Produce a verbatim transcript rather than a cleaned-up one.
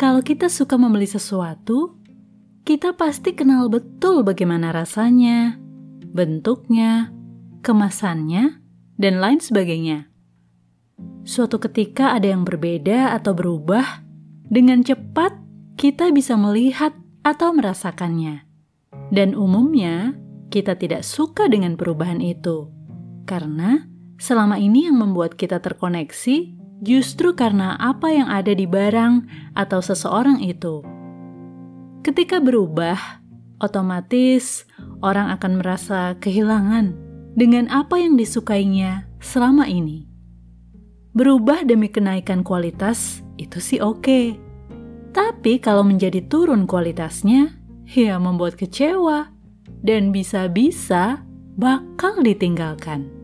Kalau kita suka membeli sesuatu, kita pasti kenal betul bagaimana rasanya, bentuknya, kemasannya, dan lain sebagainya. Suatu ketika ada yang berbeda atau berubah, dengan cepat kita bisa melihat atau merasakannya. Dan umumnya, kita tidak suka dengan perubahan itu. Karena selama ini yang membuat kita terkoneksi justru karena apa yang ada di barang atau seseorang itu. Ketika berubah, otomatis orang akan merasa kehilangan dengan apa yang disukainya selama ini. Berubah demi kenaikan kualitas itu sih oke. Tapi kalau menjadi turun kualitasnya, ya membuat kecewa dan bisa-bisa bakal ditinggalkan.